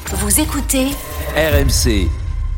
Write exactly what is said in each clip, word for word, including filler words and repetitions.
Vous écoutez R M C.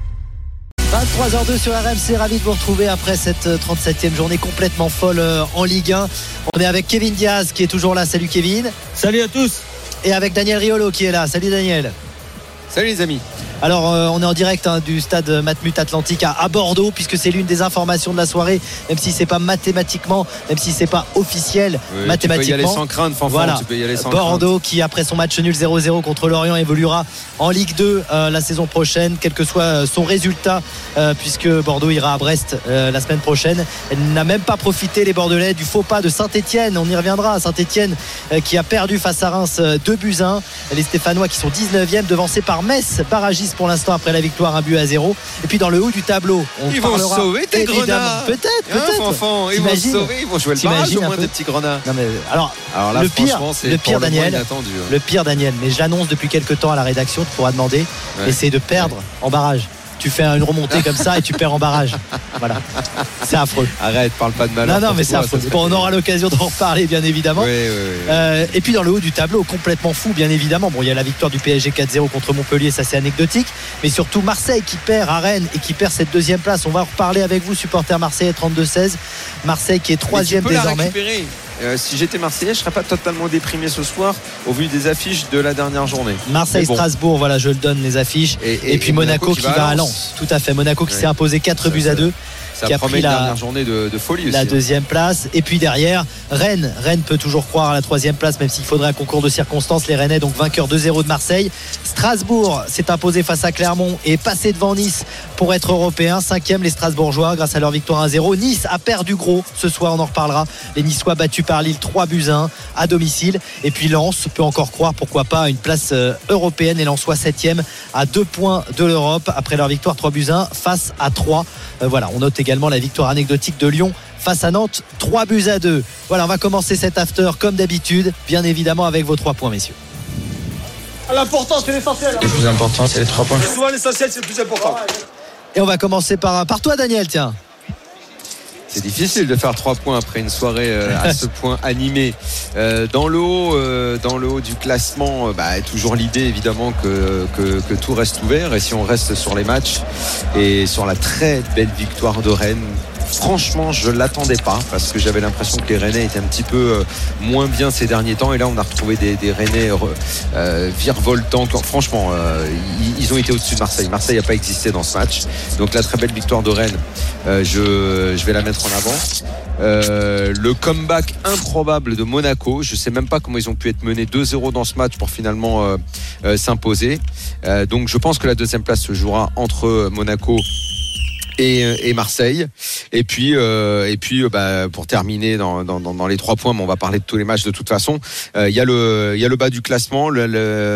vingt-trois heures deux sur R M C, ravi de vous retrouver après cette trente-septième journée complètement folle en Ligue un. On est avec Kevin Diaz qui est toujours là. Salut Kevin. Salut à tous. Et avec Daniel Riolo qui est là. Salut Daniel. Salut les amis. Alors euh, on est en direct hein, du stade Matmut Atlantique à, à Bordeaux, puisque c'est l'une des informations de la soirée, même si c'est pas mathématiquement, même si c'est pas officiel, oui, mathématiquement. Tu peux y aller sans crainte, Fanfan, voilà. Tu peux y aller sans Bordeaux crainte. Qui après son match nul zéro zéro contre Lorient évoluera en Ligue deux euh, la saison prochaine, quel que soit son résultat, euh, puisque Bordeaux ira à Brest euh, la semaine prochaine. Elle n'a même pas profité, les Bordelais, du faux pas de Saint-Etienne. On y reviendra. Saint-Etienne euh, qui a perdu face à Reims euh, deux buts à un. Les Stéphanois qui sont dix-neuvième, devancés par Metz, barragiste pour l'instant après la victoire, un but à zéro. Et puis dans le haut du tableau, on ils vont sauver tes grenats. Peut-être, hein, peut-être. Fanfan, ils vont sauver, ils vont jouer le barrage au moins des petits grenats. Non mais alors, alors là, le pire, c'est le pire le Daniel, inattendu, hein. le pire Daniel, mais je l'annonce depuis quelques temps à la rédaction, tu pourras demander, ouais. Essayer de perdre ouais. en barrage. Tu fais une remontée comme ça et tu perds en barrage. Voilà. C'est affreux. Arrête, parle pas de malheur. Non, non, mais c'est affreux. Bon, on aura l'occasion d'en reparler, bien évidemment. Oui, oui, oui. Euh, et puis dans le haut du tableau, complètement fou, bien évidemment. Bon, il y a la victoire du P S G quatre zéro contre Montpellier, ça c'est anecdotique. Mais surtout Marseille qui perd à Rennes et qui perd cette deuxième place. On va en reparler avec vous, supporters marseillais trente-deux seize. Marseille qui est troisième désormais. Euh, si j'étais Marseillais, je ne serais pas totalement déprimé ce soir au vu des affiches de la dernière journée. Marseille-Strasbourg, bon. Voilà, je le donne les affiches. Et, et, et puis et Monaco, Monaco qui, qui va à Lens. Lens. Tout à fait. Monaco qui ouais. s'est imposé quatre buts à deux. Ça qui a promet pris la dernière journée de, de folie aussi. La deuxième place. Et puis derrière, Rennes. Rennes peut toujours croire à la troisième place, même s'il faudrait un concours de circonstances. Les Rennais, donc vainqueurs deux zéro de Marseille. Strasbourg s'est imposé face à Clermont et passé devant Nice pour être européen. Cinquième, les Strasbourgeois, grâce à leur victoire un zéro. Nice a perdu gros ce soir, on en reparlera. Les Niçois battus par Lille trois buts à un à domicile. Et puis Lens peut encore croire, pourquoi pas, à une place européenne. Les Lensois septième à deux points de l'Europe après leur victoire trois buts à un face à trois. Euh, voilà, on note également la victoire anecdotique de Lyon face à Nantes, trois buts à deux. Voilà, on va commencer cet after comme d'habitude, bien évidemment avec vos trois points, messieurs. L'important, c'est l'essentiel. Le plus important, c'est les trois points. Souvent, l'essentiel, c'est le plus important. Et on va commencer par, par toi, Daniel, tiens. C'est difficile de faire trois points après une soirée euh, à ce point animée. Euh, dans le haut, euh, dans le haut du classement, euh, bah, toujours l'idée évidemment que, que, que tout reste ouvert. Et si on reste sur les matchs et sur la très belle victoire de Rennes, franchement, je ne l'attendais pas parce que j'avais l'impression que les Rennais étaient un petit peu euh, moins bien ces derniers temps. Et là, on a retrouvé des, des Rennais euh, virevoltants. Franchement, euh, ils, ils ont été au-dessus de Marseille. Marseille n'a pas existé dans ce match. Donc, la très belle victoire de Rennes, euh, je, je vais la mettre en avant. Euh, le comeback improbable de Monaco. Je ne sais même pas comment ils ont pu être menés deux zéro dans ce match pour finalement euh, euh, s'imposer. Euh, donc, je pense que la deuxième place se jouera entre Monaco Et, et Marseille. Et puis, euh, et puis bah, pour terminer dans, dans, dans les trois points, mais on va parler de tous les matchs de toute façon. Il euh, y, y a le bas du classement, le,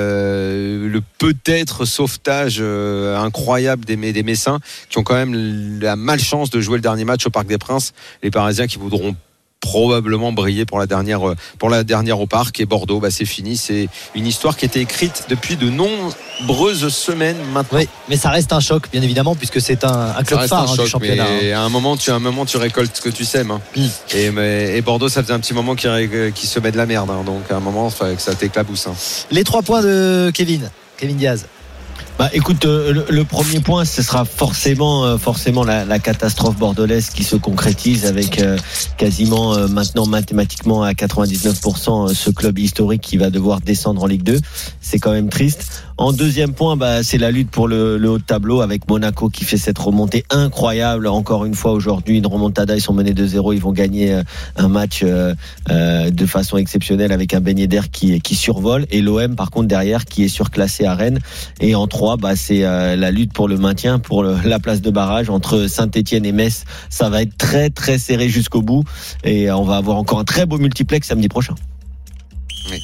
le, le peut-être sauvetage euh, incroyable des, des Messins qui ont quand même la malchance de jouer le dernier match au Parc des Princes. Les Parisiens qui voudront probablement briller pour la dernière pour la dernière au Parc. Et Bordeaux, bah, c'est fini. C'est une histoire qui a été écrite depuis de nombreuses semaines maintenant. Oui, mais ça reste un choc, bien évidemment, puisque c'est un, un club phare un hein, choc, du championnat. Mais à un moment, tu à un moment, tu récoltes ce que tu sèmes. Hein. Mm. Et, mais, et Bordeaux, ça faisait un petit moment qu'il qui se met de la merde. Hein. Donc à un moment, il fallait que ça t'éclabousse. Hein. Les trois points de Kevin, Kevin Diaz. Bah, écoute, euh, le, le premier point, ce sera forcément, euh, forcément la, la catastrophe bordelaise qui se concrétise avec euh, quasiment euh, maintenant mathématiquement à quatre-vingt-dix-neuf pour cent euh, ce club historique qui va devoir descendre en Ligue deux. C'est quand même triste. En deuxième point, bah, c'est la lutte pour le, le haut de tableau avec Monaco qui fait cette remontée incroyable. Encore une fois, aujourd'hui, une remontada, ils sont menés deux zéro. Ils vont gagner euh, un match euh, euh, de façon exceptionnelle avec un Ben Yedder qui, qui survole. Et l'O M, par contre, derrière, qui est surclassé à Rennes. Et en trois, bah, c'est euh, la lutte pour le maintien, pour le, la place de barrage entre Saint-Etienne et Metz. Ça va être très, très serré jusqu'au bout. Et on va avoir encore un très beau multiplex samedi prochain. Oui.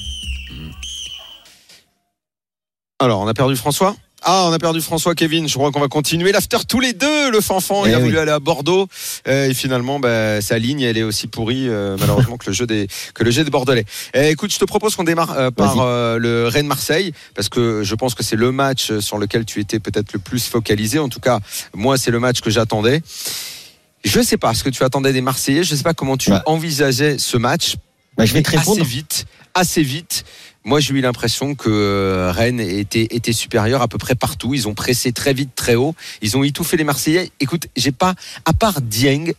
Alors, on a perdu François. Ah, on a perdu François, Kevin. Je crois qu'on va continuer l'after tous les deux. Le Fanfan, il a oui. voulu aller à Bordeaux euh, et finalement, bah, sa ligne, elle est aussi pourrie euh, malheureusement que le jeu des que le jeu des Bordelais. Et, écoute, je te propose qu'on démarre euh, par euh, le Rennes-Marseille parce que je pense que c'est le match sur lequel tu étais peut-être le plus focalisé. En tout cas, moi, c'est le match que j'attendais. Je sais pas ce que tu attendais des Marseillais. Je sais pas comment tu ouais. envisageais ce match. Bah, je vais te répondre assez vite, assez vite. moi j'ai eu l'impression que Rennes était, était supérieur à peu près partout. Ils ont pressé très vite, très haut. Ils ont étouffé les Marseillais. Écoute, j'ai pas, à part Dieng,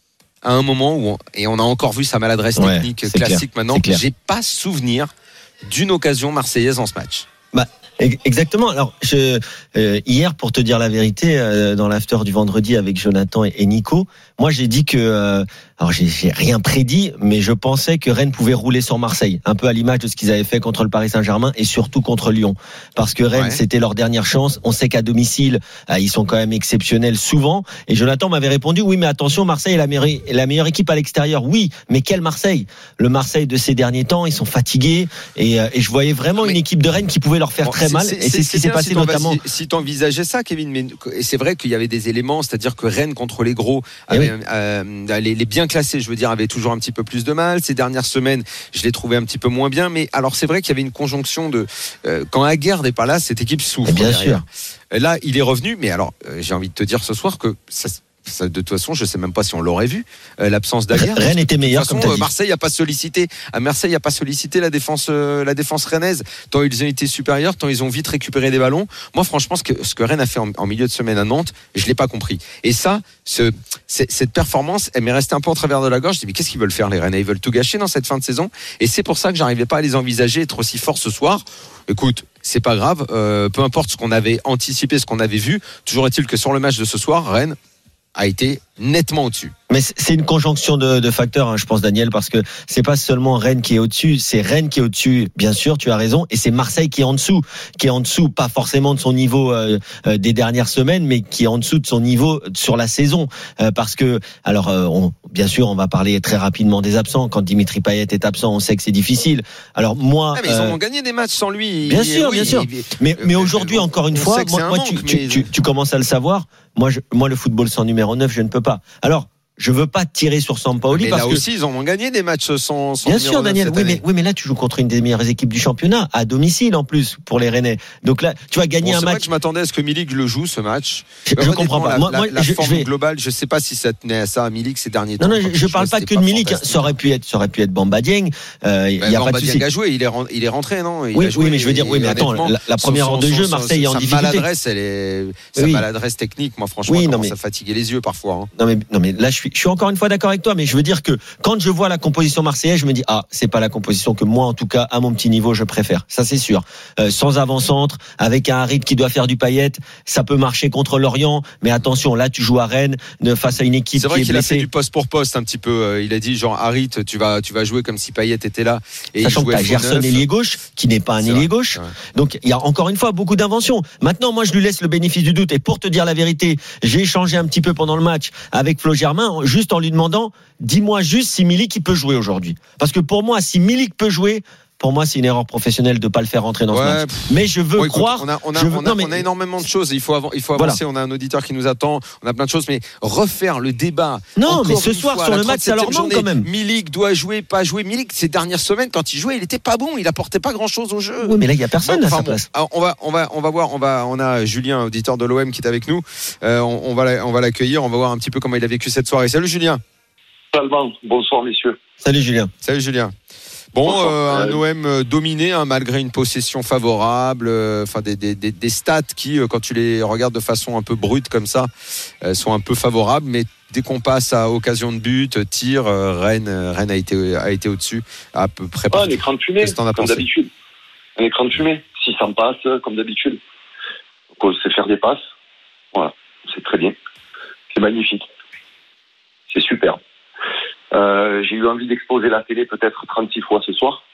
à un moment où, on, et on a encore vu sa maladresse ouais, technique classique clair, maintenant, j'ai pas souvenir d'une occasion marseillaise en ce match. Bah, exactement. Alors, je, euh, hier, pour te dire la vérité, euh, dans l'after du vendredi avec Jonathan et, et Nico, moi j'ai dit que, euh, alors j'ai, j'ai rien prédit, mais je pensais que Rennes pouvait rouler sur Marseille, un peu à l'image de ce qu'ils avaient fait contre le Paris Saint-Germain et surtout contre Lyon, parce que Rennes ouais. c'était leur dernière chance. On sait qu'à domicile, euh, ils sont quand même exceptionnels souvent. Et Jonathan m'avait répondu, oui, mais attention, Marseille est la meilleure, la meilleure équipe à l'extérieur. Oui, mais quel Marseille ? Le Marseille de ces derniers temps, ils sont fatigués et, euh, et je voyais vraiment mais... une équipe de Rennes qui pouvait leur faire bon, très mal. C'est, et c'est, c'est ce qui s'est passé si notamment. Si tu envisageais ça, Kevin, mais c'est vrai qu'il y avait des éléments, c'est-à-dire que Rennes contre les gros, avait, oui. euh, les, les bien classés, je veux dire, avaient toujours un petit peu plus de mal. Ces dernières semaines, je l'ai trouvé un petit peu moins bien. Mais alors, c'est vrai qu'il y avait une conjonction de euh, quand Aguerd n'est pas là, cette équipe souffre. Bien derrière. sûr. Là, il est revenu, mais alors, euh, j'ai envie de te dire ce soir que ça. Ça, de toute façon, je sais même pas si on l'aurait vu. Euh, l'absence d'Aguerd. Rennes était meilleur. De toute façon, Marseille n'a pas sollicité. À Marseille, n'a pas sollicité la défense, euh, la défense rennaise. Tant ils ont été supérieurs, tant ils ont vite récupéré des ballons. Moi, franchement, ce que ce que Rennes a fait en, en milieu de semaine à Nantes, je l'ai pas compris. Et ça, ce, cette performance, elle m'est restée un peu en travers de la gorge. Je dis mais qu'est-ce qu'ils veulent faire les Rennes ? Ils veulent tout gâcher dans cette fin de saison. Et c'est pour ça que j'arrivais pas à les envisager être aussi forts ce soir. Écoute, c'est pas grave. Euh, peu importe ce qu'on avait anticipé, ce qu'on avait vu. Toujours est-il que sur le match de ce soir, Rennes a été nettement au-dessus. Mais c'est une conjonction de, de facteurs, hein, je pense, Daniel, parce que c'est pas seulement Rennes qui est au-dessus, c'est Rennes qui est au-dessus, bien sûr, tu as raison, et c'est Marseille qui est en dessous, qui est en dessous, pas forcément de son niveau euh, euh, des dernières semaines, mais qui est en dessous de son niveau sur la saison, euh, parce que, alors, euh, on, bien sûr, on va parler très rapidement des absents. Quand Dimitri Payet est absent, on sait que c'est difficile. Alors moi, ah, mais euh, ils ont gagné des matchs sans lui. Bien sûr, oui, bien sûr. Il, mais mais aujourd'hui, encore une fois, moi, moi manque, tu, mais... tu, tu, tu commences à le savoir. Moi, je, moi, le football sans numéro neuf, je ne peux pas. Alors. Je veux pas tirer sur Sampaoli mais parce là que aussi ils ont gagné des matchs sans, sans bien sûr Daniel oui mais, oui mais là tu joues contre une des meilleures équipes du championnat à domicile en plus pour les Rennais donc là tu vas gagner bon, un c'est match vrai que je m'attendais à ce que Milik le joue ce match je, je comprends pas la, moi, la, moi la je, forme je vais... globale je sais pas si ça tenait à ça à Milik ces derniers non, temps non je, je parle pas que de Milik ça aurait pu être ça aurait pu être Bamba Dieng euh, il y a Bamba pas de souci a joué il est il est rentré non il oui a joué, oui mais je veux dire oui mais attends la, la première heure de jeu Marseille est en difficulté sa maladresse elle est sa maladresse technique moi franchement ça fatiguait les yeux parfois non mais non mais là je suis je suis encore une fois d'accord avec toi mais je veux dire que quand je vois la composition marseillaise, je me dis ah, c'est pas la composition que moi en tout cas à mon petit niveau je préfère. Ça c'est sûr. Euh, sans avant-centre, avec un Harit qui doit faire du Payet, ça peut marcher contre Lorient, mais attention, là tu joues à Rennes face à une équipe c'est vrai qui est qu'il blessée. a fait du poste pour poste un petit peu. Il a dit genre Harit, tu vas tu vas jouer comme si Payet était là et sachant il jouait que t'as Gerson ailier gauche qui n'est pas un ailier gauche. Donc il y a encore une fois beaucoup d'inventions. Maintenant moi je lui laisse le bénéfice du doute et pour te dire la vérité, j'ai échangé un petit peu pendant le match avec Flo Germain juste en lui demandant dis-moi juste si Milik il peut jouer aujourd'hui. Parce que pour moi, si Milik peut jouer, pour moi, c'est une erreur professionnelle de ne pas le faire rentrer dans ouais, ce match. Mais je veux bon, écoute, croire. On a, on a, je veux, on a, non, mais, on a énormément de choses. Il faut, av- il faut avancer. Voilà. On a un auditeur qui nous attend. On a plein de choses. Mais refaire le débat. Non, mais ce soir, fois, sur le match, ça leur manque quand même. Milik doit jouer, pas jouer. Milik, ces dernières semaines, quand il jouait, il était pas bon. Il apportait pas grand chose au jeu. Oui, mais là, il n'y a personne bon, à enfin, sa bon, place. Alors, on va, on va, on va voir. On va, on a Julien, auditeur de l'O M, qui est avec nous. Euh, on, on, va, on va l'accueillir. On va voir un petit peu comment il a vécu cette soirée. Salut, Julien. Bonsoir, messieurs. Salut, Julien. Salut, Julien. Bon, euh, un O M dominé, hein, malgré une possession favorable, enfin euh, des, des, des stats qui, euh, quand tu les regardes de façon un peu brute comme ça, euh, sont un peu favorables. Mais dès qu'on passe à occasion de but, tir, euh, Rennes, Rennes a été a été au-dessus à peu près. Ah, un écran de fumée, comme pensé d'habitude. Un écran de fumée, six cents passes comme d'habitude. Donc, on sait faire des passes. Voilà, c'est très bien. C'est magnifique. C'est super. Euh, j'ai eu envie d'exposer la télé peut-être trente-six fois ce soir.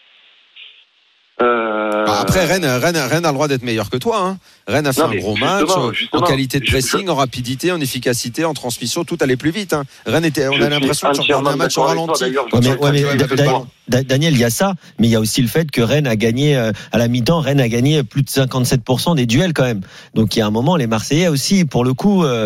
Euh... Après, Rennes, Rennes, Rennes a le droit d'être meilleur que toi. Hein. Rennes a fait non, un gros match justement, en qualité de pressing, je... en rapidité, en efficacité, en transmission, tout allait plus vite. Hein. Rennes était, on je a l'impression que tu regardes un match au ralenti. Ouais, mais, ouais, mais, da, da, Daniel, il y a ça, mais il y a aussi le fait que Rennes a gagné euh, à la mi-temps. Rennes a gagné plus de cinquante-sept pour cent des duels quand même. Donc il y a un moment, les Marseillais aussi, pour le coup. Euh,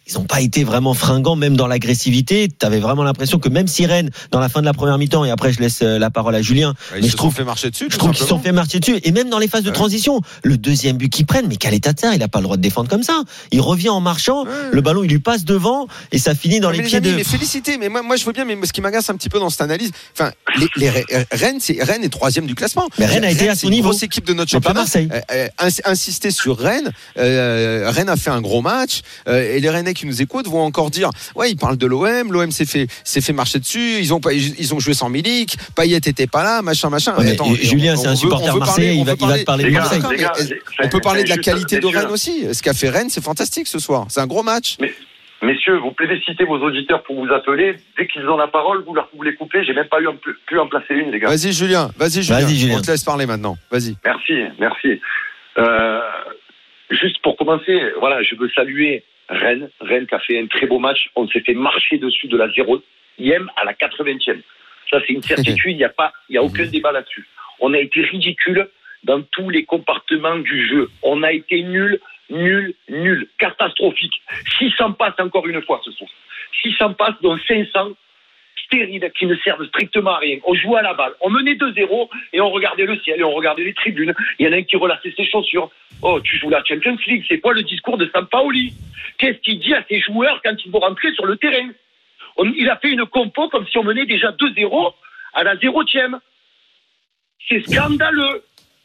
ils n'ont pas été vraiment fringants, même dans l'agressivité. Tu avais vraiment l'impression que même si Rennes, dans la fin de la première mi-temps, et après je laisse la parole à Julien, ouais, mais je trouve, fait marcher dessus, je trouve qu'ils se sont fait marcher dessus. Et même dans les phases de ouais. transition, le deuxième but qu'ils prennent, mais quel état de terre, il n'a pas le droit de défendre comme ça. Il revient en marchant, ouais. le ballon il lui passe devant et ça finit dans mais les, les pieds amis, de. Mais félicité, mais moi, moi je veux bien, mais ce qui m'agace un petit peu dans cette analyse, enfin, les, les Rennes, c'est Rennes est troisième du classement. Mais Rennes a été Rennes, à son niveau. Grosse équipe de notre mais championnat. Pas Marseille. Euh, euh, insister sur Rennes. Euh, Rennes a fait un gros match euh, et les Rennais qui nous écoutent vont encore dire ouais, ils parlent de l'O M, l'O M s'est fait s'est fait marcher dessus, ils ont pas ils ont joué sans Milik, Payet était pas là, machin machin. Ouais, attends, Julien, c'est un supporter marseillais, il va, il va te parler de Marseille. Mais, gars, on peut parler de la qualité de messieurs, Rennes aussi. Ce qu'a fait Rennes, c'est fantastique ce soir. C'est un gros match. Mais, messieurs, vous plébiscitez vos auditeurs pour vous appeler. Dès qu'ils ont la parole, vous leur vous les coupez. J'ai même pas eu un, pu en placer une, les gars. Vas-y Julien, vas-y Julien. Vas-y, Julien. On te laisse parler maintenant. Vas-y. Merci, merci. Euh, juste pour commencer, voilà, je veux saluer Rennes. Rennes qui a fait un très beau match. On s'est fait marcher dessus de la zéroième à la quatre-vingtième. Ça, c'est une certitude. Il n'y a pas, il y a aucun débat là-dessus. On a été ridicule dans tous les compartiments du jeu. On a été nul, nul, nul, catastrophique. six cents passes encore une fois ce soir. six cents passes dont cinq cents stériles qui ne servent strictement à rien. On jouait à la balle. On menait deux zéro et on regardait le ciel et on regardait les tribunes. Il y en a un qui relâchait ses chaussures. Oh, tu joues la Champions League. C'est quoi le discours de Sampaoli? Qu'est-ce qu'il dit à ses joueurs quand ils vont rentrer sur le terrain? On, il a fait une compo comme si on menait déjà deux zéro à la zérotième. C'est scandaleux.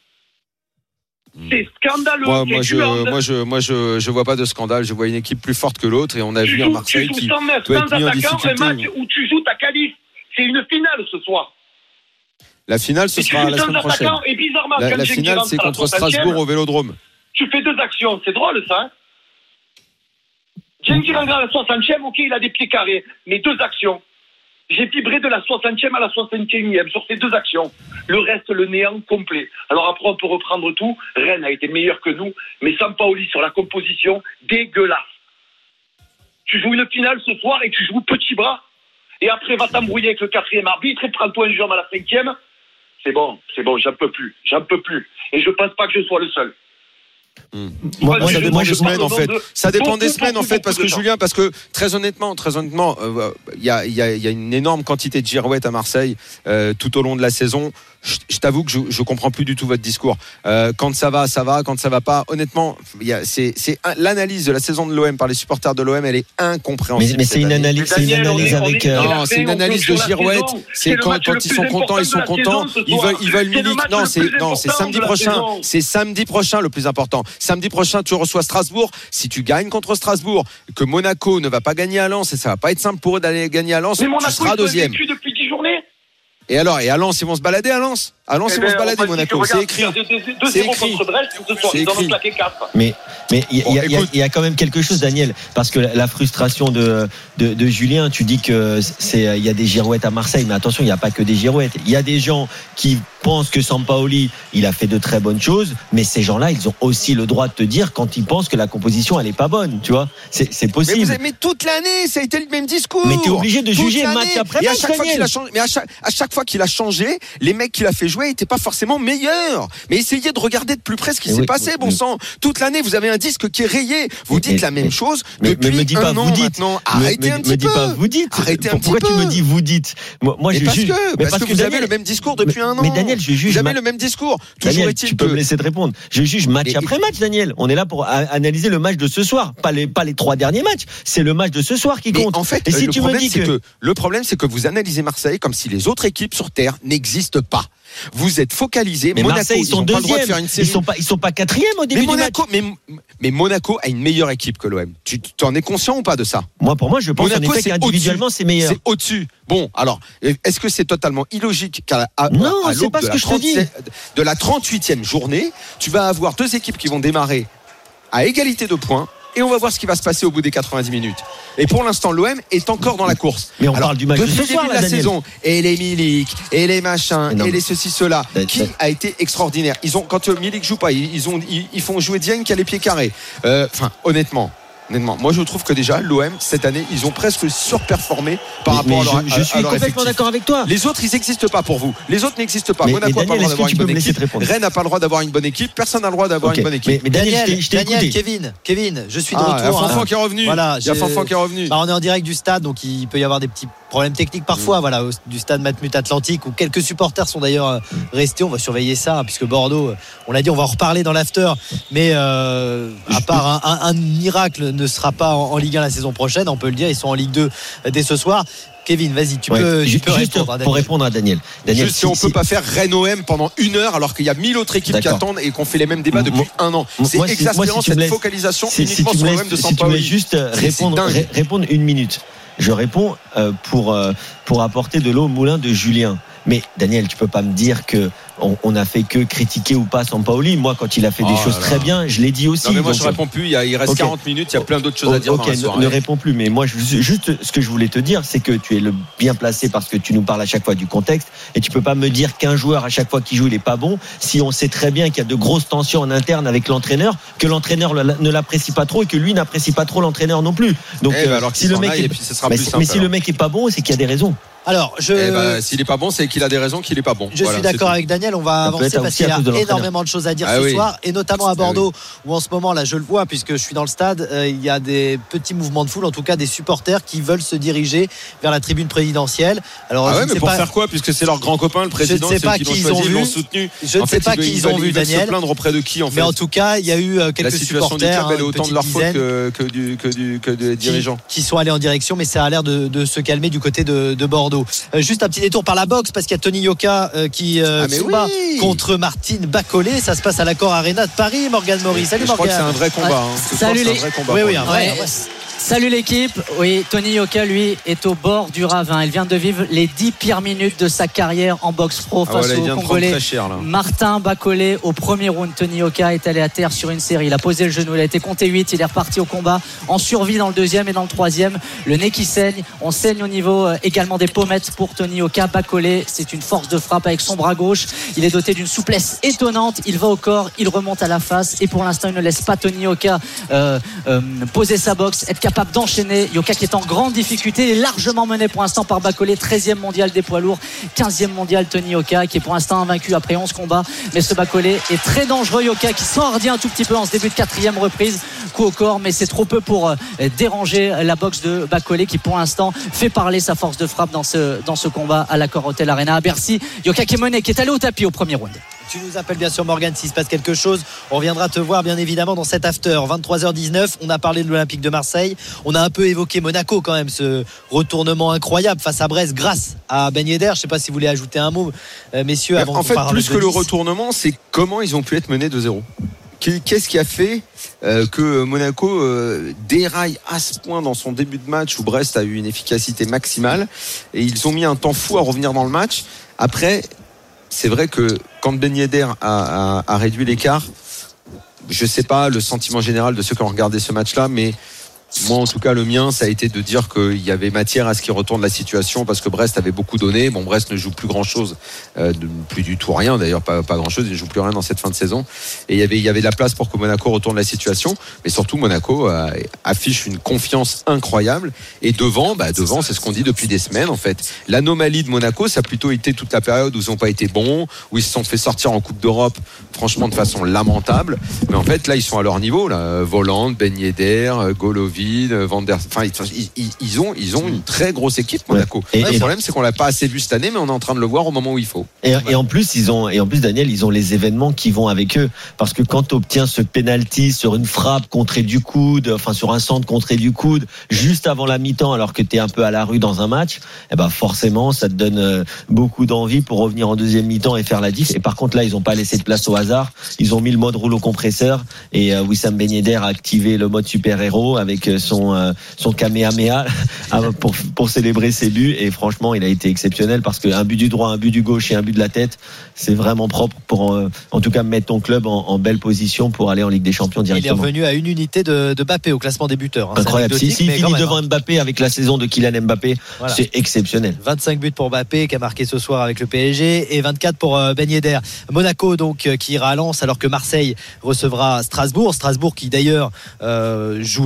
C'est scandaleux. Moi, moi, je, moi, je, moi, je, je vois pas de scandale. Je vois une équipe plus forte que l'autre et on a tu vu joues, un Marseille qui doit être mis en difficulté. Un match où tu joues ta qualif. C'est une finale ce soir. La finale, ce et sera la semaine prochaine. Et bizarrement, la, la finale, c'est contre Strasbourg au Vélodrome. Tu fais deux actions. C'est drôle, ça. Hein Djenki rentre à la soixantième, ok, il a des pieds carrés. Mais deux actions. J'ai vibré de la soixantième à la soixante et unième sur ces deux actions. Le reste, le néant complet. Alors après, on peut reprendre tout. Rennes a été meilleur que nous, mais Sampaoli sur la composition, dégueulasse. Tu joues une finale ce soir et tu joues petit bras. Et après, va t'embrouiller avec le quatrième arbitre et prends-toi une jambe à la cinquième. C'est bon, c'est bon, j'en peux plus, j'en peux plus. Et je pense pas que je sois le seul. Mmh. Moi, moi, ça dépend des semaines en fait. Ça dépend des semaines en fait, parce que Julien, parce que très honnêtement, très honnêtement, il euh, y, a, y, a, y a une énorme quantité de girouettes à Marseille euh, tout au long de la saison. Je, je t'avoue que je, je comprends plus du tout votre discours. Euh, quand ça va, ça va. Quand ça va pas, honnêtement, y a, c'est, c'est un, l'analyse de la saison de l'O M par les supporters de l'O M, elle est incompréhensible. Mais, mais c'est une analyse, c'est une analyse avec. Euh... Non, c'est une analyse de girouette. C'est quand, quand ils sont contents, ils sont contents. Ils veulent, ils veulent Milik. Non, c'est non, c'est samedi prochain. C'est samedi prochain le plus important. Samedi prochain, tu reçois Strasbourg. Si tu gagnes contre Strasbourg, que Monaco ne va pas gagner à Lens, et ça va pas être simple pour eux d'aller gagner à Lens, tu seras deuxième. Depuis dix journées. Et alors, et à Lens, ils vont se balader à Lens. À Lens, eh ils vont ben, se balader, Monaco. C'est écrit. C'est écrit. C'est écrit. Mais, mais il bon, y, y, y a quand même quelque chose, Daniel, parce que la, la frustration de, de, de Julien, tu dis que c'est, il y a des girouettes à Marseille, mais attention, il n'y a pas que des girouettes. Il y a des gens qui pensent que Sampaoli, il a fait de très bonnes choses, mais ces gens-là, ils ont aussi le droit de te dire quand ils pensent que la composition, elle est pas bonne, tu vois. C'est, c'est possible. Mais, vous avez, mais toute l'année, ça a été le même discours. Mais t'es obligé de toute juger l'année. match après et match, à chaque fois Daniel. qu'il a changé, mais à chaque, à chaque fois qu'il a changé, les mecs qu'il a fait jouer n'étaient pas forcément meilleurs. Mais essayez de regarder de plus près ce qui mais s'est oui, passé, oui, bon oui. sang. Toute l'année, vous avez un disque qui est rayé. Vous mais, dites mais, la même chose mais, depuis mais me dis un pas, an vous dites. maintenant. Arrêtez me, un me, petit me peu. Dis pas, vous dites. Arrêtez un Pourquoi petit tu peu. me dis vous dites? Moi, moi je parce juge. Que, mais parce, parce que, que vous Daniel, avez le même discours depuis un an. Mais Daniel, je juge. Vous avez le même discours. Toujours est-il tu peux me laisser te répondre. Je juge match après match, Daniel. On est là pour analyser le match de ce soir, pas les pas les trois derniers matchs. C'est le match de ce soir qui compte. En fait, et si tu me dis que le problème, c'est que vous analysez Marseille comme si les autres équipes sur terre n'existent pas. Vous êtes focalisé. Mais Monaco, Marseille, ils sont deuxième. De faire une série. Ils sont pas, ils sont pas quatrième au début mais Monaco, du match. Mais, mais Monaco a une meilleure équipe que l'O M. Tu en es conscient ou pas de ça? Moi, pour moi, je pense Monaco, en effet qu'individuellement, c'est meilleur. C'est au-dessus. Bon, alors, est-ce que c'est totalement illogique qu'à à, non, à, à c'est pas ce que je te dis. De la trente-huitième journée, tu vas avoir deux équipes qui vont démarrer à égalité de points. Et on va voir ce qui va se passer au bout des quatre-vingt-dix minutes. Et pour l'instant, l'O M est encore dans la course. Mais on Alors, parle du match de ce soir, de là, la Daniel. saison. Et les Milik, et les machins, et les ceci, cela, ben, qui ben... a été extraordinaire. Ils ont, quand Milik joue pas, ils, ont, ils, ils font jouer Dieng qui a les pieds carrés. Enfin, euh, honnêtement. Honnêtement, moi je trouve que déjà l'O M cette année ils ont presque surperformé par mais, rapport mais à leur je, je suis à leur complètement effectif. d'accord avec toi. Les autres ils n'existent pas pour vous. Les autres n'existent pas. Mais, Monaco n'a pas le droit d'avoir une bonne équipe. Rennes n'a pas le droit d'avoir une bonne équique. Personne n'a le droit d'avoir okay. une bonne équipe. Mais, mais Daniel, Daniel, je t'ai, je t'ai Daniel écouté. Kevin, Kevin, je suis de Ah, retour. il y a Fanfan hein. qui est revenu. Voilà, il y a Fanfan qui est revenu. Bah, on est en direct du stade, donc il peut y avoir des petits problèmes techniques parfois. Mm. Voilà, au, du stade Matmut Atlantique où quelques supporters sont d'ailleurs restés. On va surveiller ça, hein, puisque Bordeaux, on l'a dit, on va en reparler dans l'after. Mais euh, à part un, un, un miracle ne sera pas en, en Ligue un la saison prochaine, on peut le dire, ils sont en Ligue deux dès ce soir. Kevin, vas-y, tu ouais, peux, tu juste peux répondre à Daniel. Pour répondre à Daniel. Daniel Juste si, si on si, peut pas faire Rennes-O M pendant une heure alors qu'il y a mille autres équipes D'accord. qui attendent et qu'on fait les mêmes débats depuis moi, un an. C'est moi, exaspérant moi, si cette laisses, focalisation si, uniquement si sur l'O l'O M de Si Sampaoli. tu voulais juste répondre, ré, répondre une minute. Je réponds euh, pour, euh, pour apporter de l'eau au moulin de Julien. Mais Daniel, tu peux pas me dire que on, on a fait que critiquer ou pas Sampaoli. Moi, quand il a fait des oh choses très bien, je l'ai dit aussi. Non mais moi donc, je réponds plus. Il, y a, il reste okay. quarante minutes. Il y a plein d'autres choses à dire. Ok, dans la soirée. Ne, ne réponds plus. Mais moi, je, juste ce que je voulais te dire, c'est que tu es le bien placé parce que tu nous parles à chaque fois du contexte et tu peux pas me dire qu'un joueur à chaque fois qu'il joue il est pas bon. Si on sait très bien qu'il y a de grosses tensions en interne avec l'entraîneur, que l'entraîneur ne l'apprécie pas trop et que lui n'apprécie pas trop l'entraîneur non plus. Donc eh ben alors si le mec est, puis ce sera mais, plus simple, mais si le mec est pas bon, c'est qu'il y a des raisons. Alors, je. Eh ben, s'il est pas bon, c'est qu'il a des raisons qu'il est pas bon. Je voilà, suis d'accord avec Daniel. On va avancer parce qu'il y a de énormément de choses à dire ah ce oui. soir, et notamment à Bordeaux, ah oui. où en ce moment, là, je le vois, puisque je suis dans le stade, euh, il y a des petits mouvements de foule, en tout cas des supporters qui veulent se diriger vers la tribune présidentielle. Alors, ah ouais, je ne mais sais pour pas... faire quoi, puisque c'est leur grand copain, le président, je ne sais pas qui qui l'ont choisi, ils l'ont vu. soutenu. Je ne sais pas qui ils ont vu, Daniel. Se plaindre auprès de qui, en fait. Mais en tout cas, il y a eu quelques la situation supporters, du club, elle est hein, autant de leur faute que, que, du, que, du, que des dirigeants qui, qui sont allés en direction, mais ça a l'air de, de se calmer du côté de, de Bordeaux. Euh, juste un petit détour par la boxe parce qu'il y a Tony Yoka euh, qui euh, ah se bat oui. contre Martine Bacolé. Ça se passe à l'Accor Arena de Paris. Morgane Maurice. Salut Morgane. Je crois que c'est un vrai combat. Hein. Je Salut crois les. Que c'est un vrai combat oui, oui, un vrai, ouais. un vrai. Salut l'équipe. Oui, Tony Yoka, lui, est au bord du ravin. Il vient de vivre les dix pires minutes de sa carrière en boxe pro face ah ouais, au Congolais cher, Martin Bacolé. Au premier round, Tony Yoka est allé à terre sur une série. Il a posé le genou, il a été compté huit. Il est reparti au combat en survie dans le deuxième et dans le troisième. Le nez qui saigne. On saigne au niveau euh, également des pommettes pour Tony Yoka. Bacolé, c'est une force de frappe avec son bras gauche. Il est doté d'une souplesse étonnante. Il va au corps, il remonte à la face. Et pour l'instant, il ne laisse pas Tony Yoka euh, euh, poser sa boxe, être capable d'enchaîner. Yoka qui est en grande difficulté, est largement mené pour l'instant par Bacolé, treizième mondial des poids lourds, quinzième mondial Tony Yoka qui est pour l'instant invaincu après onze combats, mais ce Bacolé est très dangereux. Yoka qui s'enhardit un tout petit peu en ce début de quatrième reprise, coup au corps, mais c'est trop peu pour euh, déranger la boxe de Bacolé qui pour l'instant fait parler sa force de frappe dans ce, dans ce combat à l'Accor Hotel Arena à Bercy. Yoka qui est mené, qui est allé au tapis au premier round. Tu nous appelles bien sûr Morgane s'il se passe quelque chose. On reviendra te voir bien évidemment dans cet after. vingt-trois heures dix-neuf, on a parlé de l'Olympique de Marseille. On a un peu évoqué Monaco quand même, ce retournement incroyable face à Brest grâce à Ben Yedder. Je ne sais pas si vous voulez ajouter un mot, euh, messieurs. Avant en fait, plus de que le retournement, c'est comment ils ont pu être menés deux zéro. Qu'est-ce qui a fait euh, que Monaco euh, déraille à ce point dans son début de match où Brest a eu une efficacité maximale et ils ont mis un temps fou à revenir dans le match. Après, c'est vrai que quand Ben Yedder a, a, a réduit l'écart, je sais pas le sentiment général de ceux qui ont regardé ce match-là, mais moi en tout cas le mien ça a été de dire qu'il y avait matière à ce qu'il retourne la situation parce que Brest avait beaucoup donné. Bon, Brest ne joue plus grand chose, euh, plus du tout rien d'ailleurs, pas, pas grand chose, il ne joue plus rien dans cette fin de saison et il y avait, il y avait de la place pour que Monaco retourne la situation, mais surtout Monaco euh, affiche une confiance incroyable et devant, bah, devant c'est ce qu'on dit depuis des semaines en fait. L'anomalie de Monaco ça a plutôt été toute la période où ils n'ont pas été bons, où ils se sont fait sortir en Coupe d'Europe franchement de façon lamentable, mais en fait là ils sont à leur niveau là. Voland, Ben Yedder, Golovin, Van der... enfin, ils, ils, ils, ont, ils ont une très grosse équipe Monaco. Et, le et problème c'est qu'on l'a pas assez vu cette année, mais on est en train de le voir au moment où il faut. Et, et en plus ils ont et en plus Daniel ils ont les événements qui vont avec eux parce que quand tu obtiens ce penalty sur une frappe contrée du coude, enfin sur un centre contré du coude juste avant la mi-temps alors que tu es un peu à la rue dans un match, eh ben forcément ça te donne beaucoup d'envie pour revenir en deuxième mi-temps et faire la diff. Et par contre là ils ont pas laissé de place au hasard, ils ont mis le mode rouleau compresseur et euh, Wissam Ben Yedder a activé le mode super-héros avec son euh, son Kamehameha pour pour célébrer ses buts et franchement il a été exceptionnel parce qu'un but du droit, un but du gauche et un but de la tête c'est vraiment propre pour euh, en tout cas mettre ton club en, en belle position pour aller en Ligue des Champions directement. Il est revenu à une unité de, de Mbappé au classement des buteurs, hein. Incroyable, si, si il finit devant Mbappé avec la saison de Kylian Mbappé, voilà. C'est exceptionnel. vingt-cinq buts pour Mbappé qui a marqué ce soir avec le P S G et vingt-quatre pour Ben Yedder. Monaco donc qui ira à Lens alors que Marseille recevra Strasbourg. Strasbourg qui d'ailleurs euh, joue l'Europe hein,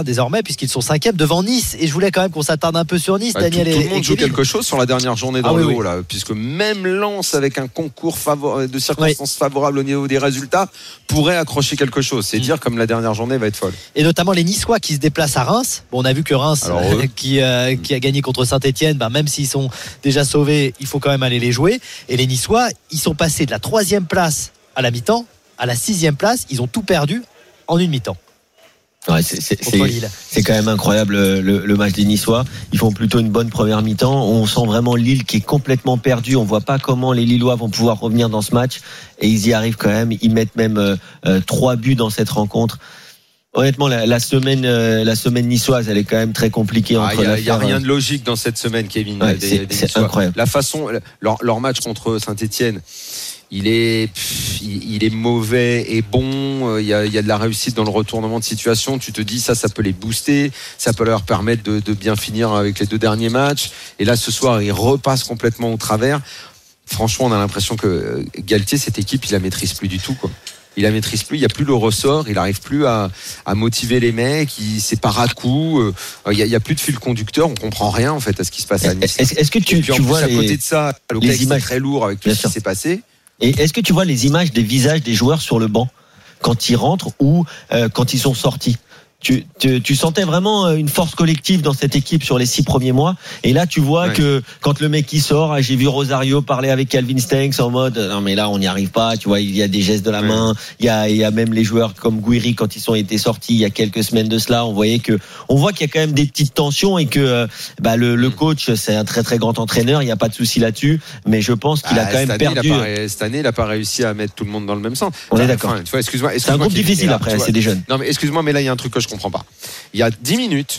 désormais, puisqu'ils sont cinquièmes devant Nice. Et je voulais quand même qu'on s'attarde un peu sur Nice, bah, Daniel. Tout, et, tout le monde et joue Kevin. quelque chose sur la dernière journée dans ah, le oui, haut, oui. là, puisque même Lens, avec un concours favor- de circonstances oui. favorables au niveau des résultats, pourrait accrocher quelque chose. C'est mmh. dire comme la dernière journée va être folle. Et notamment les Niçois qui se déplacent à Reims. Bon, on a vu que Reims, Alors, qui, euh, qui a gagné contre Saint-Etienne, bah, même s'ils sont déjà sauvés, il faut quand même aller les jouer. Et les Niçois, ils sont passés de la troisième place à la mi-temps à la sixième place. Ils ont tout perdu en une mi-temps. Ouais, c'est, c'est, c'est, c'est quand même incroyable le, le match des Niçois. Ils font plutôt une bonne première mi-temps. On sent vraiment Lille qui est complètement perdu. On voit pas comment les Lillois vont pouvoir revenir dans ce match. Et ils y arrivent quand même. Ils mettent même euh, euh, trois buts dans cette rencontre. Honnêtement, la, la semaine, euh, la semaine niçoise, elle est quand même très compliquée. Ah, il y a, a rien de logique dans cette semaine, Kevin. Ouais, des, c'est, des c'est incroyable. La façon, leur, leur match contre Saint-Etienne. Il est, pff, il est mauvais et bon. Il y, a, il y a de la réussite dans le retournement de situation. Tu te dis ça, ça peut les booster, ça peut leur permettre de, de bien finir avec les deux derniers matchs. Et là, ce soir, ils repassent complètement au travers. Franchement, on a l'impression que Galtier, cette équipe, il la maîtrise plus du tout, quoi. Il la maîtrise plus, il n'y a plus le ressort, il n'arrive plus à, à motiver les mecs, il, c'est par à coup, euh, il n'y a, a plus de fil conducteur, on comprend rien en fait à ce qui se passe à Nice. Est-ce, est-ce que tu, tu en vois plus, les, à côté de ça, les images très lourd avec tout ce qui s'est passé. Et est-ce que tu vois les images des visages des joueurs sur le banc quand ils rentrent ou euh, quand ils sont sortis? Tu, tu, tu sentais vraiment une force collective dans cette équipe sur les six premiers mois. Et là, tu vois ouais. que quand le mec qui sort, j'ai vu Rosario parler avec Calvin Stengs en mode non mais là on n'y arrive pas. Tu vois, il y a des gestes de la ouais. main. Il y a, il y a même les joueurs comme Guiri quand ils sont été sortis il y a quelques semaines de cela. On voyait que, on voit qu'il y a quand même des petites tensions et que bah le, le coach c'est un très très grand entraîneur. Il n'y a pas de souci là-dessus. Mais je pense qu'il ah, a quand même année, perdu. Pas, cette année, il n'a pas réussi à mettre tout le monde dans le même sens. On est d'accord. Enfin, tu vois, excuse-moi, excuse-moi. C'est un groupe difficile là, après. C'est des jeunes. Non mais excuse-moi, mais là il y a un truc que je comprends pas. Il y a dix minutes,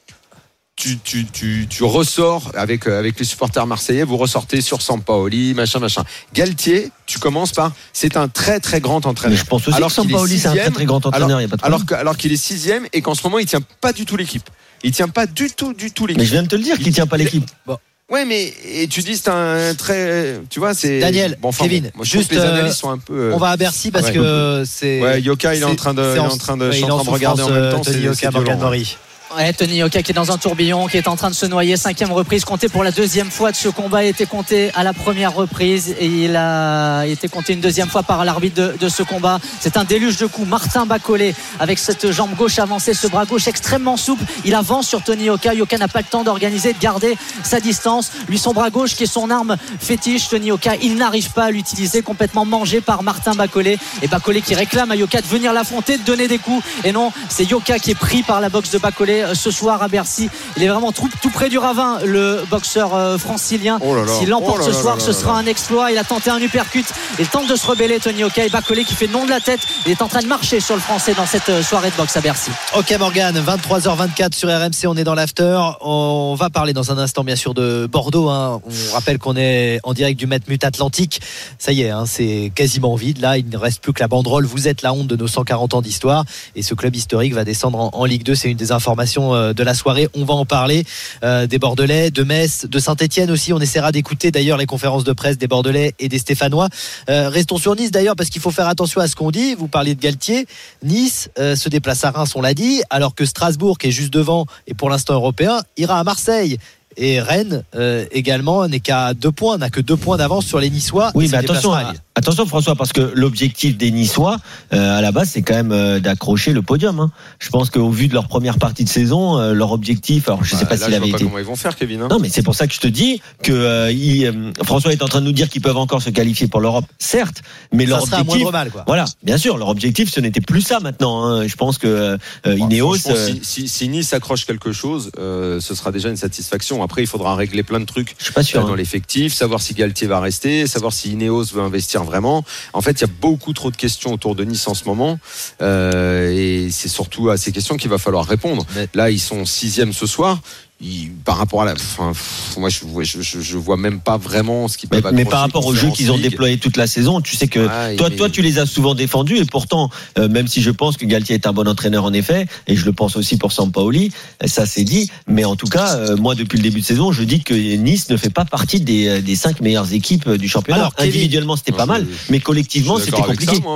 tu, tu, tu, tu ressors avec, avec les supporters marseillais, vous ressortez sur Sampaoli, machin, machin. Galtier, tu commences par, c'est un très très grand entraîneur. Mais je pense aussi alors que Sampaoli c'est un très très grand entraîneur, alors, y a pas de alors, que, alors qu'il est sixième et qu'en ce moment il tient pas du tout l'équipe. Il tient pas du tout, du tout l'équipe. Mais je viens de te le dire qu'il tient pas l'équipe. Bon. Ouais, mais et tu dis c'est un très, tu vois, c'est Daniel, bon, enfin, Kevin. Bon, moi, je juste, trouve que les analyses sont un peu. Euh... On va à Bercy parce ouais. que c'est. Ouais, Yoka, il est en train de, il est en train de, ouais, je suis en train de regarder en même temps. Tony Yoka, Morgan Mori. Ouais, Tony Yoka qui est dans un tourbillon, qui est en train de se noyer. Cinquième reprise comptée pour la deuxième fois de ce combat, a été compté à la première reprise et il a été compté une deuxième fois par l'arbitre de, de ce combat. C'est un déluge de coups. Martin Bacolé avec cette jambe gauche avancée, ce bras gauche extrêmement souple. Il avance sur Tony Yoka. Yoka n'a pas le temps d'organiser, de garder sa distance. Lui, son bras gauche qui est son arme fétiche. Tony Yoka, il n'arrive pas à l'utiliser, complètement mangé par Martin Bacolé. Et Bacolé qui réclame à Yoka de venir l'affronter, de donner des coups. Et non, c'est Yoka qui est pris par la boxe de Bacolé ce soir à Bercy. Il est vraiment tout, tout près du ravin, le boxeur euh, francilien. Oh là là. S'il l'emporte oh là ce soir, là là ce là sera là. un exploit. Il a tenté un uppercut. Il tente de se rebeller, Tony Yoka. Et Bacolé qui fait non de la tête. Il est en train de marcher sur le français dans cette soirée de boxe à Bercy. Ok Morgane, vingt-trois heures vingt-quatre sur R M C, on est dans l'after. On va parler dans un instant bien sûr de Bordeaux, hein. On rappelle qu'on est en direct du Matmut Atlantique. Ça y est, hein, c'est quasiment vide. Là, il ne reste plus que la banderole. Vous êtes la honte de nos cent quarante ans d'histoire. Et ce club historique va descendre en, en Ligue deux. C'est une des informations euh, de la soirée. On va en parler euh, des Bordelais, de Metz, de Saint-Etienne aussi. On essaiera d'écouter d'ailleurs les conférences de presse des Bordelais et des Stéphanois. Euh, restons sur Nice d'ailleurs parce qu'il faut faire attention à ce qu'on dit. Vous parliez de Galtier. Nice euh, se déplace à Reims, on l'a dit, alors que Strasbourg, qui est juste devant et pour l'instant européen, ira à Marseille. Et Rennes euh, également n'est qu'à deux points, n'a que deux points d'avance sur les Niçois. Oui, mais attention, à, attention François, parce que l'objectif des Niçois, euh, à la base, c'est quand même euh, d'accrocher le podium. Hein. Je pense qu'au vu de leur première partie de saison, euh, leur objectif, alors je ne bah, sais pas là, s'il je avait vois été. Pas comment ils vont faire, Kevin. Hein. Non, mais c'est pour ça que je te dis que euh, il, euh, François est en train de nous dire qu'ils peuvent encore se qualifier pour l'Europe, certes, mais ça leur sera objectif, à moindre mal, quoi. Voilà, bien sûr, leur objectif, ce n'était plus ça maintenant. Hein. Je pense que euh, bon, Ineos, euh... si, si, si Nice accroche quelque chose, euh, ce sera déjà une satisfaction. Après, il faudra régler plein de trucs. Je suis pas sûr, euh, dans hein. l'effectif, savoir si Galtier va rester, savoir si Ineos veut investir vraiment. En fait, il y a beaucoup trop de questions autour de Nice en ce moment, euh, et c'est surtout à ces questions qu'il va falloir répondre. Mais... Là, ils sont sixième ce soir. Il, par rapport à la, enfin, moi je, je, je, je vois même pas vraiment ce qu'ils peuvent. Mais, mais par rapport aux jeux qu'ils ont déployés toute la saison, tu sais que ah, toi, mais... toi, tu les as souvent défendus et pourtant, euh, même si je pense que Galtier est un bon entraîneur en effet, et je le pense aussi pour Sampaoli, ça c'est dit. Mais en tout cas, euh, moi depuis le début de saison, je dis que Nice ne fait pas partie des, des cinq meilleures équipes du championnat. Alors, individuellement, c'était pas mal, mais collectivement, c'était compliqué. Ça,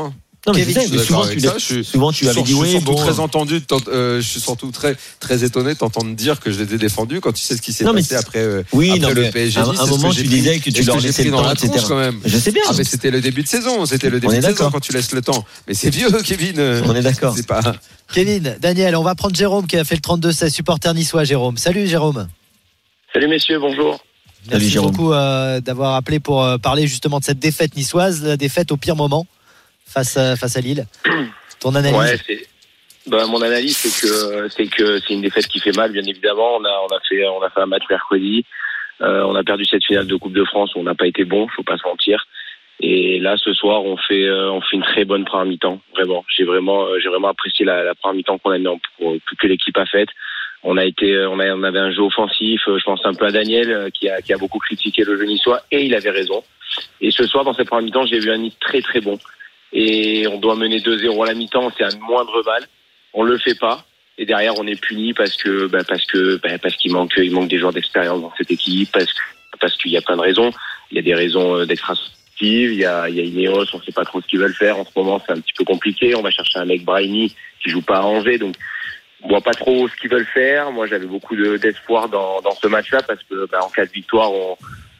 Non, mais Kevin, je sais, mais souvent, tu, ça, je suis, souvent tu je avais suis, dit je suis oui, surtout bon. très entendu, euh, je suis surtout très très étonné de t'entendre dire que je les ai défendus quand tu sais ce qui s'est Non, mais passé après, euh, oui, après non, le mais P S G. à un- Nice, un c'est ce moment, que j'ai tu pris- disais que tu c'est ce leur que j'ai laissais pris le dans temps, la et tronche cetera. quand même. Je sais bien. Ah, mais c'était le début de saison, c'était le On début est de saison d'accord. quand tu laisses le temps. Mais c'est vieux, Kevin. On est d'accord. C'est pas. Kevin, Daniel, on va prendre Jérôme qui a fait le trente-deux seize, supporter niçois. Jérôme, salut Jérôme. Salut messieurs, bonjour. Merci Salut, Jérôme. beaucoup euh, d'avoir appelé pour euh, parler justement de cette défaite niçoise, la défaite au pire moment face à, face à Lille. Ton analyse? Ouais, c'est. Bah, mon analyse, c'est que c'est que c'est une défaite qui fait mal, bien évidemment. On a on a fait on a fait un match mercredi. Euh, on a perdu cette finale de Coupe de France où on n'a pas été bon, faut pas se mentir. Et là, ce soir, on fait euh, on fait une très bonne première mi-temps. Vraiment, j'ai vraiment euh, j'ai vraiment apprécié la, la première mi-temps qu'on a mis en, pour, que l'équipe a faite. On a été on a on avait un jeu offensif. Je pense un peu à Daniel qui a qui a beaucoup critiqué le jeu niçois et il avait raison. Et ce soir, dans cette première mi-temps, j'ai vu un Nice très très bon. Et on doit mener deux zéro à la mi-temps, c'est un moindre mal. On le fait pas. Et derrière, on est puni parce que, bah, parce que, bah, parce qu'il manque, il manque des joueurs d'expérience dans cette équipe, parce que, parce qu'il y a plein de raisons. Il y a des raisons d'extra-sportives, il y a, il y a Ineos, on sait pas trop ce qu'ils veulent faire. En ce moment, c'est un petit peu compliqué. On va chercher un mec Brahimi qui joue pas à Angers, donc on voit pas trop ce qu'ils veulent faire. Moi, j'avais beaucoup de, d'espoir dans, dans ce match-là parce que, bah, en cas de victoire, on,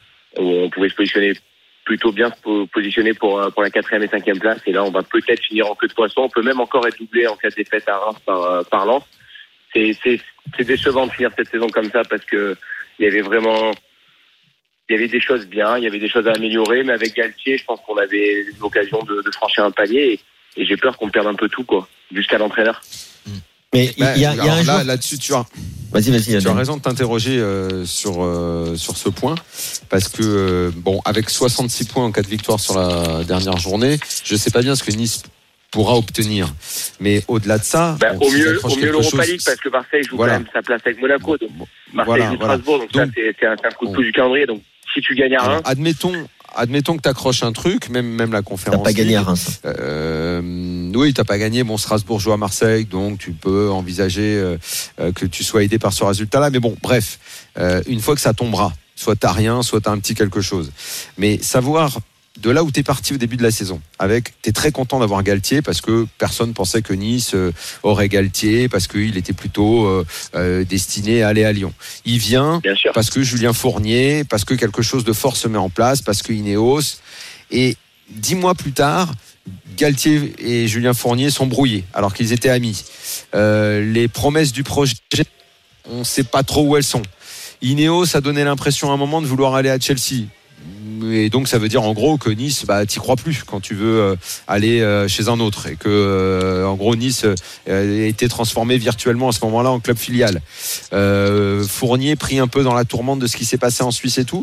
on pouvait se positionner plutôt bien positionné pour pour la quatrième et cinquième place. Et là, on va peut-être finir en queue de poisson. On peut même encore être doublé en cas de défaite à Reims par par Lens. C'est c'est c'est décevant de finir cette saison comme ça parce que il y avait vraiment il y avait des choses bien, il y avait des choses à améliorer. Mais avec Galtier, je pense qu'on avait l'occasion de, de franchir un palier. Et, et j'ai peur qu'on perde un peu tout, quoi, jusqu'à l'entraîneur. Mais il Bah, y a, il y a un alors là, joueur. là-dessus, tu as. Vas-y, vas-y. Tu as Adrien. raison de t'interroger euh, sur euh, sur ce point parce que euh, bon, avec soixante-six points en cas de victoire sur la dernière journée, je sais pas bien ce que Nice pourra obtenir, mais au-delà de ça, Ben, bon, au s'ils mieux, accrochent au mieux quelque l'Europa chose- League parce que Marseille joue Voilà. quand même sa place avec Monaco. Donc Marseille Voilà, joue voilà. Strasbourg, donc, Donc- ça c'est, c'est, un, c'est un coup de Bon. pouce du calendrier. Donc si tu gagnes à Alors, Reims, admettons, admettons que tu accroches un truc, même même la T'as conférence. pas gagné à League, Reims. Euh, oui, t'as pas gagné. Bon, Strasbourg joue à Marseille, donc tu peux envisager euh, euh, que tu sois aidé par ce résultat-là. Mais bon, bref, euh, une fois que ça tombera, soit t'as rien, soit t'as un petit quelque chose. Mais savoir de là où t'es parti au début de la saison, avec, t'es très content d'avoir Galtier parce que personne pensait que Nice euh, aurait Galtier parce qu'il était plutôt euh, euh, destiné à aller à Lyon. Il vient bien sûr. parce que Julien Fournier, parce que quelque chose de fort se met en place, parce que Ineos. Et dix mois plus tard, Galtier et Julien Fournier sont brouillés, alors qu'ils étaient amis. Euh, les promesses du projet, on ne sait pas trop où elles sont. Ineos a donné l'impression à un moment de vouloir aller à Chelsea. Et donc ça veut dire en gros que Nice, bah, t'y crois plus quand tu veux euh, aller euh, chez un autre et que euh, en gros Nice euh, a été transformé virtuellement à ce moment-là en club filial. Euh, Fournier pris un peu dans la tourmente de ce qui s'est passé en Suisse et tout.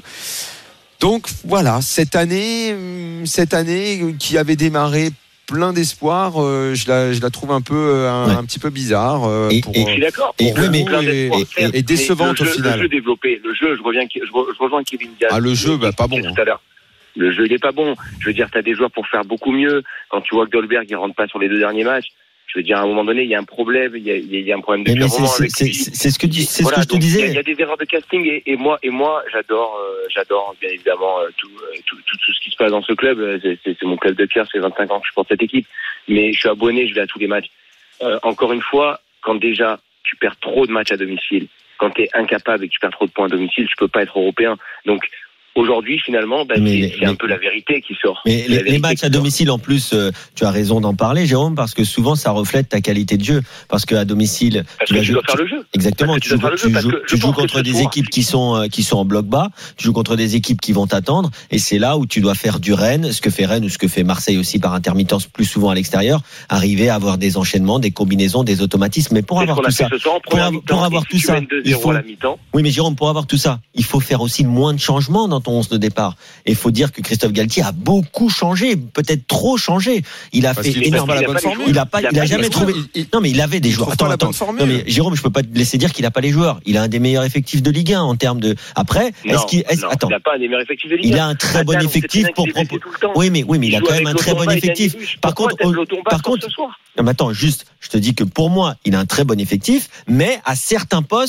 Donc voilà, cette année, cette année qui avait démarré plein d'espoir, euh, je, la, je la trouve un peu euh, un, Ouais. un petit peu bizarre euh, Et- pour, Je suis d'accord. Et- Pour oui, mais- plein et- d'espoir, et- certes, et décevante mais le au jeu- final. Le jeu développé, le jeu, je reviens, je, re- je rejoins Kevin Diaz. Ah, le jeu, bah, pas bon. Tout à l'heure. Le jeu, il est pas bon. Je veux dire, t'as des joueurs pour faire beaucoup mieux. Quand tu vois que Dolberg, il rentre pas sur les deux derniers matchs, je veux dire, à un moment donné, il y a un problème, il y a, il y a un problème de Mais, mais c'est, purement c'est, avec c'est, lui. c'est ce que, dis- c'est Voilà, ce que je te donc, Il y, a- disais. il y a des erreurs de casting et, et moi, et moi, j'adore, euh, j'adore bien évidemment euh, tout, euh, tout, tout, tout ce qui se passe dans ce club. Euh, C'est, c'est, c'est mon club de cœur, c'est vingt-cinq ans que je porte cette équipe. Mais je suis abonné, je vais à tous les matchs. Euh, encore une fois, quand déjà tu perds trop de matchs à domicile, quand tu es incapable et que tu perds trop de points à domicile, tu peux pas être européen. Donc aujourd'hui, finalement, bah, Mais c'est, les- c'est mais- un peu la vérité qui sort. Mais C'est les, la vérité les matchs qui à sort. domicile, en plus, euh, tu as raison d'en parler, Jérôme, parce que souvent ça reflète ta qualité de jeu. Parce qu'à domicile, Parce tu que vas tu jouer- dois faire le jeu. Exactement, Parce que tu tu joues, dois faire le tu jeu, parce joues- que je tu joues pense que contre ce des soir, équipes qui sont euh, qui sont en bloc bas, tu joues contre des équipes qui vont t'attendre, et c'est là où tu dois faire du Rennes, ce que fait Rennes ou ce que fait Marseille aussi par intermittence, plus souvent à l'extérieur, arriver à avoir des enchaînements, des combinaisons, des automatismes. Mais pour C'est ce avoir qu'on a tout fait ça, ce soir en pour première avoir- mi-temps. pour avoir Et si tout tu ça, mènes deux il zéro faut- à la mi-temps. oui, mais Jérôme, pour avoir tout ça, il faut faire aussi moins de changements dans ton onze de départ. Et il faut dire que Christophe Galtier a beaucoup changé, peut-être trop changé. Il a Parce fait qu'il trouve énormément. pas la il a bonne pas les formule. joueurs. Il a pas, Il a il a pas jamais les trouvé. joueurs. Il- il- Non, mais il avait des il joueurs. trouve pas Attends, la bonne attends. formule. Non, mais Jérôme, je peux pas te laisser dire qu'il a pas les joueurs. Il a un des meilleurs effectifs de Ligue un en termes de. Après, Non, est-ce qu'il, est-ce, non, attends, il n'a pas un des meilleurs effectifs de Ligue il un. a un très Attends, bon on sait effectif très bien pour qu'il est blessé proposer. tout le temps. Oui, mais oui, mais il a joue quand même avec un très bon Lotomba et effectif. Daniel. Par Pourquoi contre, t'aimes au- Lotomba par comme contre, ce soir non, mais attends, juste, je te dis que pour moi, il a un très bon effectif, mais à certains postes,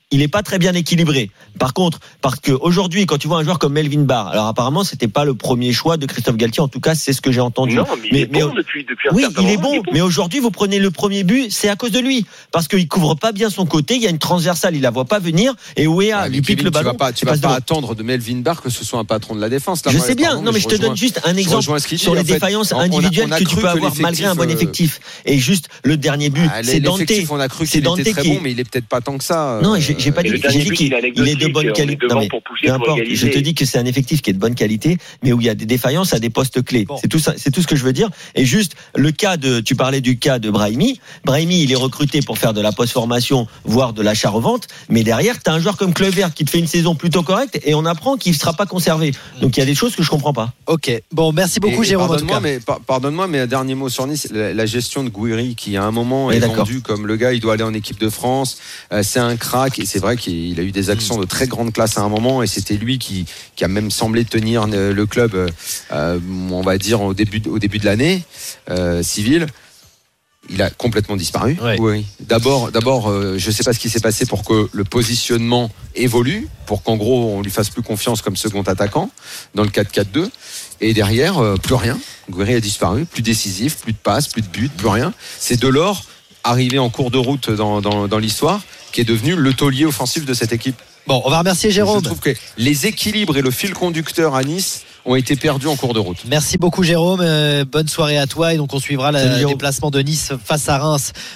il n'est pas très bien équilibré. Par contre, parce qu'aujourd'hui, quand tu vois un joueur comme Melvin Barr, alors apparemment, c'était pas le premier choix de Christophe Galtier, en tout cas, c'est ce que j'ai entendu. Non, mais il mais, est mais, bon depuis, depuis un oui, certain il est moment, bon, il est bon. Mais aujourd'hui, vous prenez le premier but, c'est à cause de lui. Parce qu'il couvre pas bien son côté, il y a une transversale, il la voit pas venir, et Ouéa ouais, lui pique Kevin, le ballon. Tu vas pas, tu vas pas attendre de Melvin Barr que ce soit un patron de la défense. Là, je moi, sais bien, pardon, non, mais je te rejoins, donne juste un exemple sur les défaillances en fait, individuelles on a, on a que tu peux avoir que malgré un bon effectif. Et juste, le dernier but, ah, c'est Dante. On a cru qu'il était très bon, mais il est peut-être pas tant que ça. Non, j'ai, j'ai pas dit, j'ai dit qu'il il est de bonne qualité. Non, mais peu importe, je te dis que c'est un effectif qui est de bonne qualité, mais où il y a des défaillances à des postes clés. Bon. C'est tout ça, c'est tout ce que je veux dire. Et juste, le cas de, tu parlais du cas de Brahimi. Brahimi, il est recruté pour faire de la post-formation, voire de l'achat-revente, mais derrière, t'as un joueur comme Kluivert qui te fait une saison plutôt correcte et on apprend qu'il ne sera pas conservé. Donc il y a des choses que je comprends pas. Ok. Bon, merci beaucoup, et, Jérôme. Pardonne-moi, mais, pardonne-moi, mais un dernier mot sur Nice, la, la gestion de Gouiri, qui à un moment est vendu comme le gars, il doit aller en équipe de France, euh, c'est un crack, et c'est vrai qu'il a eu des actions de très grande classe à un moment, et c'était lui qui, qui a même semblé tenir le club, euh, on va dire, au début, au début de l'année euh, civile. Il a complètement disparu. Ouais. Oui. D'abord, d'abord, euh, je ne sais pas ce qui s'est passé pour que le positionnement évolue, pour qu'en gros on lui fasse plus confiance comme second attaquant dans le quatre quatre deux. Et derrière, euh, plus rien. Gouiri a disparu, plus décisif, plus de passes, plus de buts, plus rien. C'est Delors, arrivé en cours de route dans, dans, dans l'histoire, qui est devenu le taulier offensif de cette équipe. Bon, on va remercier Jérôme. Je trouve que les équilibres et le fil conducteur à Nice ont été perdus en cours de route. Merci beaucoup Jérôme, euh, bonne soirée à toi et donc on suivra le déplacement de Nice face à Reims